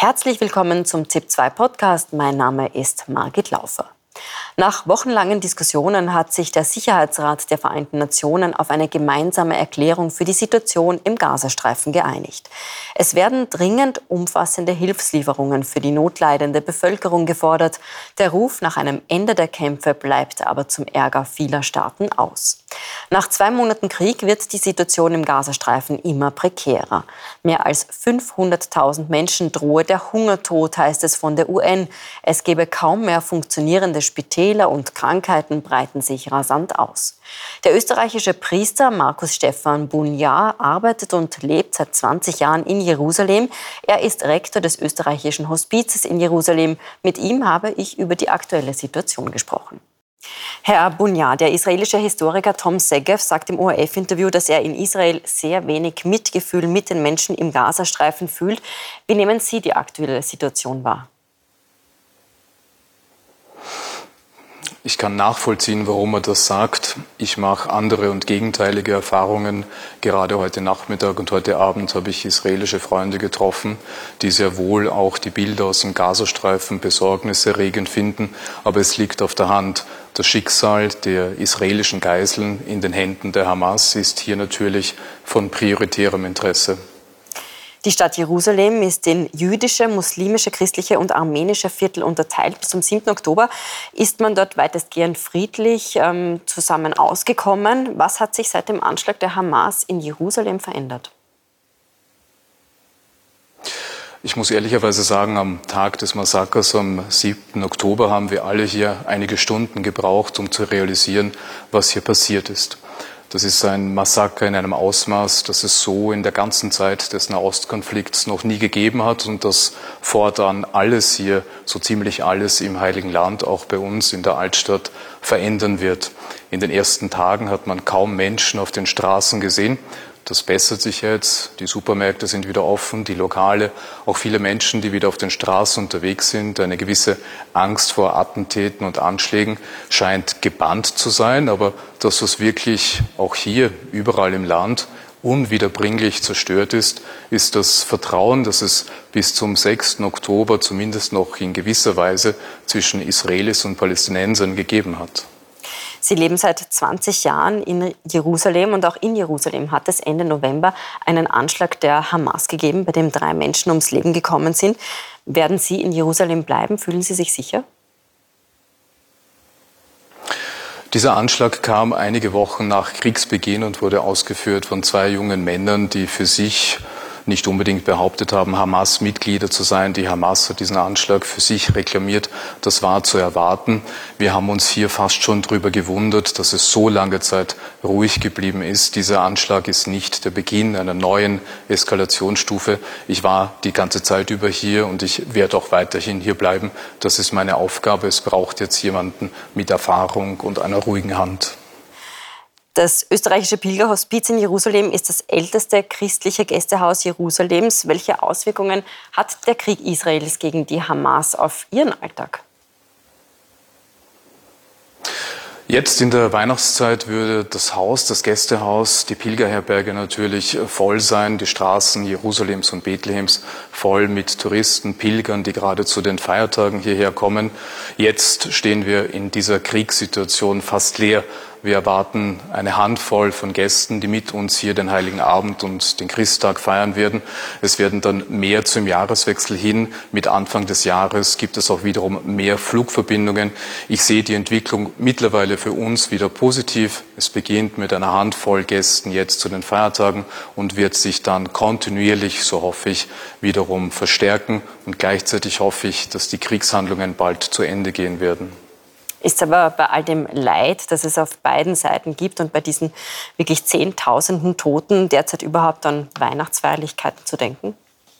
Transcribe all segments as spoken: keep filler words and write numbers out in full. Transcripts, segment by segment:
Herzlich willkommen zum ZIP zwei Podcast. Mein Name ist Margit Laufer. Nach wochenlangen Diskussionen hat sich der Sicherheitsrat der Vereinten Nationen auf eine gemeinsame Erklärung für die Situation im Gazastreifen geeinigt. Es werden dringend umfassende Hilfslieferungen für die notleidende Bevölkerung gefordert. Der Ruf nach einem Ende der Kämpfe bleibt aber zum Ärger vieler Staaten aus. Nach zwei Monaten Krieg wird die Situation im Gazastreifen immer prekärer. Mehr als fünfhunderttausend Menschen drohe der Hungertod, heißt es von der U N. Es gebe kaum mehr funktionierende Spitäler und Krankheiten breiten sich rasant aus. Der österreichische Priester Markus Stefan Bunjar arbeitet und lebt seit zwanzig Jahren in Jerusalem. Er ist Rektor des österreichischen Hospizes in Jerusalem. Mit ihm habe ich über die aktuelle Situation gesprochen. Herr Bunjar, der israelische Historiker Tom Segev sagt im O R F-Interview, dass er in Israel sehr wenig Mitgefühl mit den Menschen im Gazastreifen fühlt. Wie nehmen Sie die aktuelle Situation wahr? Ich kann nachvollziehen, warum er das sagt. Ich mache andere und gegenteilige Erfahrungen. Gerade heute Nachmittag und heute Abend habe ich israelische Freunde getroffen, die sehr wohl auch die Bilder aus dem Gazastreifen besorgniserregend finden. Aber es liegt auf der Hand. Das Schicksal der israelischen Geiseln in den Händen der Hamas ist hier natürlich von prioritärem Interesse. Die Stadt Jerusalem ist in jüdische, muslimische, christliche und armenische Viertel unterteilt. Bis zum siebten Oktober ist man dort weitestgehend friedlich ähm, zusammen ausgekommen. Was hat sich seit dem Anschlag der Hamas in Jerusalem verändert? Ich muss ehrlicherweise sagen, am Tag des Massakers am siebten Oktober haben wir alle hier einige Stunden gebraucht, um zu realisieren, was hier passiert ist. Das ist ein Massaker in einem Ausmaß, das es so in der ganzen Zeit des Nahostkonflikts noch nie gegeben hat und das fortan alles hier, so ziemlich alles im Heiligen Land, auch bei uns in der Altstadt, verändern wird. In den ersten Tagen hat man kaum Menschen auf den Straßen gesehen. Das bessert sich jetzt. Die Supermärkte sind wieder offen, die Lokale, auch viele Menschen, die wieder auf den Straßen unterwegs sind. Eine gewisse Angst vor Attentäten und Anschlägen scheint gebannt zu sein. Aber das, was wirklich auch hier überall im Land unwiederbringlich zerstört ist, ist das Vertrauen, das es bis zum sechsten Oktober zumindest noch in gewisser Weise zwischen Israelis und Palästinensern gegeben hat. Sie leben seit zwanzig Jahren in Jerusalem und auch in Jerusalem hat es Ende November einen Anschlag der Hamas gegeben, bei dem drei Menschen ums Leben gekommen sind. Werden Sie in Jerusalem bleiben? Fühlen Sie sich sicher? Dieser Anschlag kam einige Wochen nach Kriegsbeginn und wurde ausgeführt von zwei jungen Männern, die für sich nicht unbedingt behauptet haben, Hamas-Mitglieder zu sein. Die Hamas hat diesen Anschlag für sich reklamiert. Das war zu erwarten. Wir haben uns hier fast schon darüber gewundert, dass es so lange Zeit ruhig geblieben ist. Dieser Anschlag ist nicht der Beginn einer neuen Eskalationsstufe. Ich war die ganze Zeit über hier und ich werde auch weiterhin hier bleiben. Das ist meine Aufgabe. Es braucht jetzt jemanden mit Erfahrung und einer ruhigen Hand. Das österreichische Pilgerhospiz in Jerusalem ist das älteste christliche Gästehaus Jerusalems. Welche Auswirkungen hat der Krieg Israels gegen die Hamas auf Ihren Alltag? Jetzt in der Weihnachtszeit würde das Haus, das Gästehaus, die Pilgerherberge natürlich voll sein, die Straßen Jerusalems und Bethlehems voll mit Touristen, Pilgern, die gerade zu den Feiertagen hierher kommen. Jetzt stehen wir in dieser Kriegssituation fast leer. Wir erwarten eine Handvoll von Gästen, die mit uns hier den Heiligen Abend und den Christtag feiern werden. Es werden dann mehr zum Jahreswechsel hin. Mit Anfang des Jahres gibt es auch wiederum mehr Flugverbindungen. Ich sehe die Entwicklung mittlerweile für uns wieder positiv. Es beginnt mit einer Handvoll Gästen jetzt zu den Feiertagen und wird sich dann kontinuierlich, so hoffe ich, wiederum verstärken. Und gleichzeitig hoffe ich, dass die Kriegshandlungen bald zu Ende gehen werden. Ist aber bei all dem Leid, das es auf beiden Seiten gibt und bei diesen wirklich Zehntausenden Toten derzeit überhaupt an Weihnachtsfeierlichkeiten zu denken?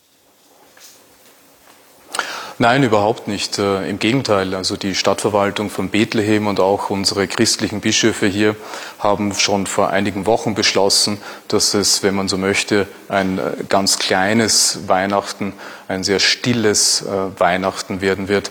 Nein, überhaupt nicht. Äh, Im Gegenteil, also die Stadtverwaltung von Bethlehem und auch unsere christlichen Bischöfe hier haben schon vor einigen Wochen beschlossen, dass es, wenn man so möchte, ein äh, ganz kleines Weihnachten, ein sehr stilles äh, Weihnachten werden wird.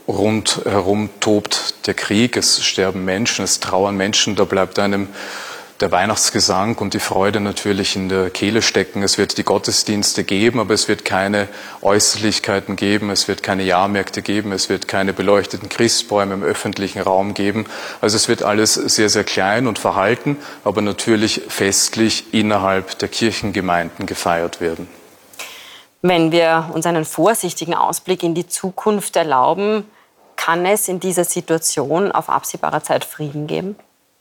Rundherum tobt der Krieg, es sterben Menschen, es trauern Menschen, da bleibt einem der Weihnachtsgesang und die Freude natürlich in der Kehle stecken. Es wird die Gottesdienste geben, aber es wird keine Äußerlichkeiten geben, es wird keine Jahrmärkte geben, es wird keine beleuchteten Christbäume im öffentlichen Raum geben. Also es wird alles sehr, sehr klein und verhalten, aber natürlich festlich innerhalb der Kirchengemeinden gefeiert werden. Wenn wir uns einen vorsichtigen Ausblick in die Zukunft erlauben, kann es in dieser Situation auf absehbarer Zeit Frieden geben?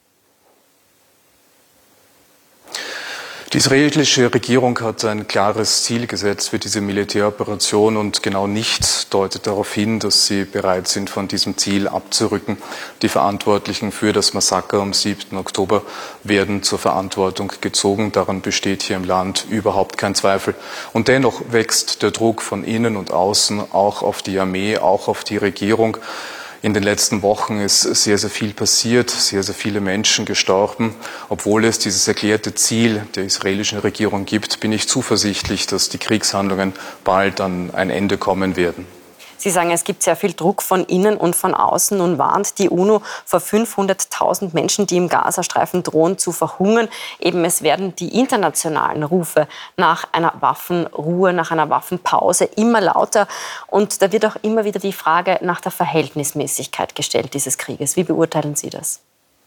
Die israelische Regierung hat ein klares Ziel gesetzt für diese Militäroperation und genau nichts deutet darauf hin, dass sie bereit sind, von diesem Ziel abzurücken. Die Verantwortlichen für das Massaker am siebten Oktober werden zur Verantwortung gezogen. Daran besteht hier im Land überhaupt kein Zweifel. Und dennoch wächst der Druck von innen und außen auch auf die Armee, auch auf die Regierung. In den letzten Wochen ist sehr, sehr viel passiert, sehr, sehr viele Menschen gestorben. Obwohl es dieses erklärte Ziel der israelischen Regierung gibt, bin ich zuversichtlich, dass die Kriegshandlungen bald an ein Ende kommen werden. Sie sagen, es gibt sehr viel Druck von innen und von außen. Nun warnt die UNO vor fünfhunderttausend Menschen, die im Gazastreifen drohen zu verhungern. Eben es werden die internationalen Rufe nach einer Waffenruhe, nach einer Waffenpause immer lauter. Und da wird auch immer wieder die Frage nach der Verhältnismäßigkeit gestellt dieses Krieges. Wie beurteilen Sie das?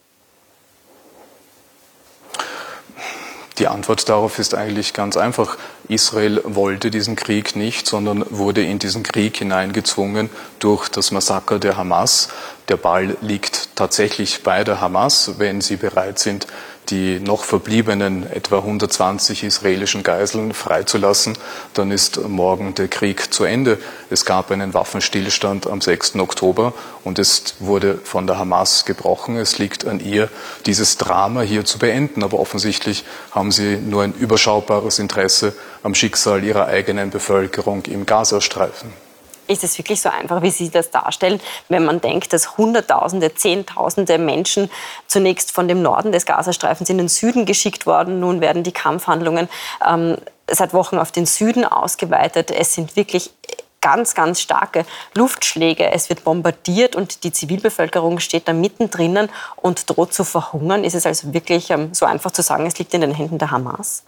Die Antwort darauf ist eigentlich ganz einfach. Israel wollte diesen Krieg nicht, sondern wurde in diesen Krieg hineingezwungen durch das Massaker der Hamas. Der Ball liegt tatsächlich bei der Hamas, wenn sie bereit sind, die noch verbliebenen etwa hundertzwanzig israelischen Geiseln freizulassen, dann ist morgen der Krieg zu Ende. Es gab einen Waffenstillstand am sechsten Oktober und es wurde von der Hamas gebrochen. Es liegt an ihr, dieses Drama hier zu beenden. Aber offensichtlich haben sie nur ein überschaubares Interesse am Schicksal ihrer eigenen Bevölkerung im Gazastreifen. Ist es wirklich so einfach, wie Sie das darstellen, wenn man denkt, dass Hunderttausende, Zehntausende Menschen zunächst von dem Norden des Gazastreifens in den Süden geschickt worden. Nun werden die Kampfhandlungen ähm, seit Wochen auf den Süden ausgeweitet. Es sind wirklich ganz, ganz starke Luftschläge. Es wird bombardiert und die Zivilbevölkerung steht da mittendrin und droht zu verhungern. Ist es also wirklich ähm, so einfach zu sagen, es liegt in den Händen der Hamas?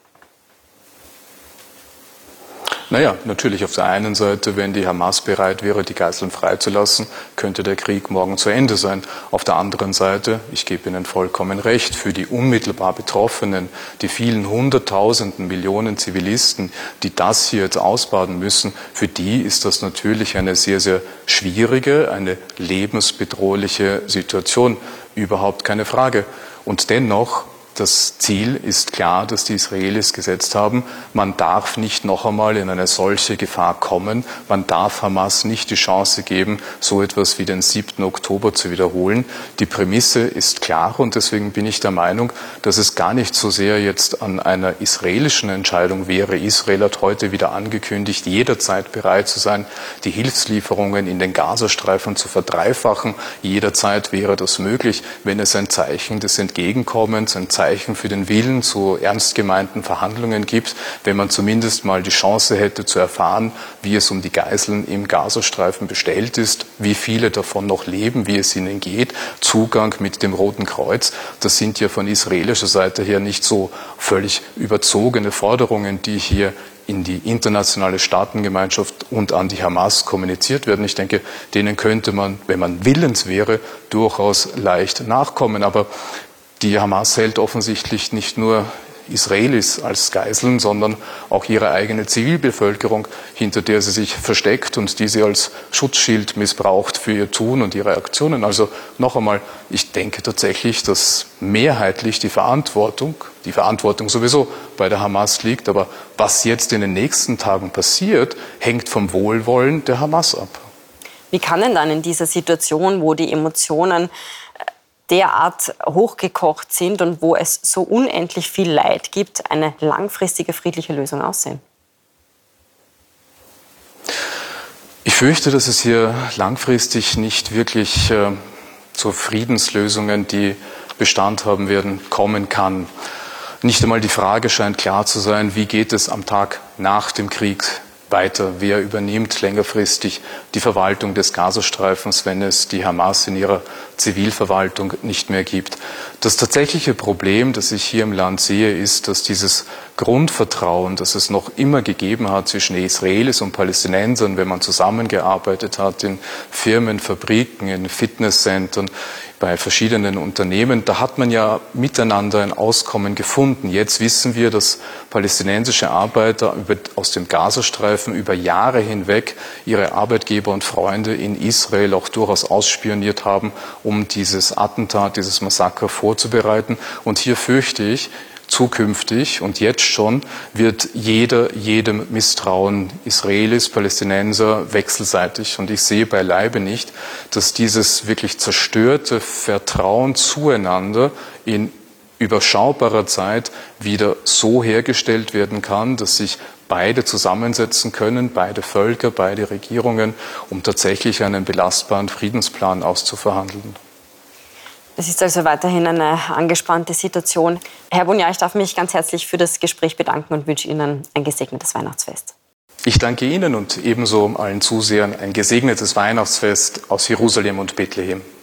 Naja, natürlich auf der einen Seite, wenn die Hamas bereit wäre, die Geiseln freizulassen, könnte der Krieg morgen zu Ende sein. Auf der anderen Seite, ich gebe Ihnen vollkommen recht, für die unmittelbar Betroffenen, die vielen Hunderttausenden, Millionen Zivilisten, die das hier jetzt ausbaden müssen, für die ist das natürlich eine sehr, sehr schwierige, eine lebensbedrohliche Situation. Überhaupt keine Frage. Und dennoch, das Ziel ist klar, das die Israelis gesetzt haben. Man darf nicht noch einmal in eine solche Gefahr kommen. Man darf Hamas nicht die Chance geben, so etwas wie den siebten Oktober zu wiederholen. Die Prämisse ist klar und deswegen bin ich der Meinung, dass es gar nicht so sehr jetzt an einer israelischen Entscheidung wäre. Israel hat heute wieder angekündigt, jederzeit bereit zu sein, die Hilfslieferungen in den Gazastreifen zu verdreifachen. Jederzeit wäre das möglich, wenn es ein Zeichen des Entgegenkommens, ein Zeichen für den Willen zu ernst gemeinten Verhandlungen gibt, wenn man zumindest mal die Chance hätte zu erfahren, wie es um die Geiseln im Gazastreifen bestellt ist, wie viele davon noch leben, wie es ihnen geht, Zugang mit dem Roten Kreuz. Das sind ja von israelischer Seite her nicht so völlig überzogene Forderungen, die hier in die internationale Staatengemeinschaft und an die Hamas kommuniziert werden. Ich denke, denen könnte man, wenn man willens wäre, durchaus leicht nachkommen. Aber die Hamas hält offensichtlich nicht nur Israelis als Geiseln, sondern auch ihre eigene Zivilbevölkerung, hinter der sie sich versteckt und die sie als Schutzschild missbraucht für ihr Tun und ihre Aktionen. Also noch einmal, ich denke tatsächlich, dass mehrheitlich die Verantwortung, die Verantwortung sowieso bei der Hamas liegt, aber was jetzt in den nächsten Tagen passiert, hängt vom Wohlwollen der Hamas ab. Wie kann denn dann in dieser Situation, wo die Emotionen derart hochgekocht sind und wo es so unendlich viel Leid gibt, eine langfristige friedliche Lösung aussehen? Ich fürchte, dass es hier langfristig nicht wirklich äh, zu Friedenslösungen, die Bestand haben werden, kommen kann. Nicht einmal die Frage scheint klar zu sein, wie geht es am Tag nach dem Krieg weiter? Wer übernimmt längerfristig die Verwaltung des Gazastreifens, wenn es die Hamas in ihrer Zivilverwaltung nicht mehr gibt? Das tatsächliche Problem, das ich hier im Land sehe, ist, dass dieses Grundvertrauen, das es noch immer gegeben hat zwischen Israelis und Palästinensern, wenn man zusammengearbeitet hat in Firmen, Fabriken, in Fitnesscentern, bei verschiedenen Unternehmen, da hat man ja miteinander ein Auskommen gefunden. Jetzt wissen wir, dass palästinensische Arbeiter über, aus dem Gazastreifen über Jahre hinweg ihre Arbeitgeber und Freunde in Israel auch durchaus ausspioniert haben, um dieses Attentat, dieses Massaker vorzubereiten. Und hier fürchte ich, zukünftig und jetzt schon wird jeder jedem misstrauen, Israelis, Palästinenser, wechselseitig. Und ich sehe beileibe nicht, dass dieses wirklich zerstörte Vertrauen zueinander in überschaubarer Zeit wieder so hergestellt werden kann, dass sich beide zusammensetzen können, beide Völker, beide Regierungen, um tatsächlich einen belastbaren Friedensplan auszuverhandeln. Es ist also weiterhin eine angespannte Situation. Herr Bognat, ich darf mich ganz herzlich für das Gespräch bedanken und wünsche Ihnen ein gesegnetes Weihnachtsfest. Ich danke Ihnen und ebenso allen Zusehern ein gesegnetes Weihnachtsfest aus Jerusalem und Bethlehem.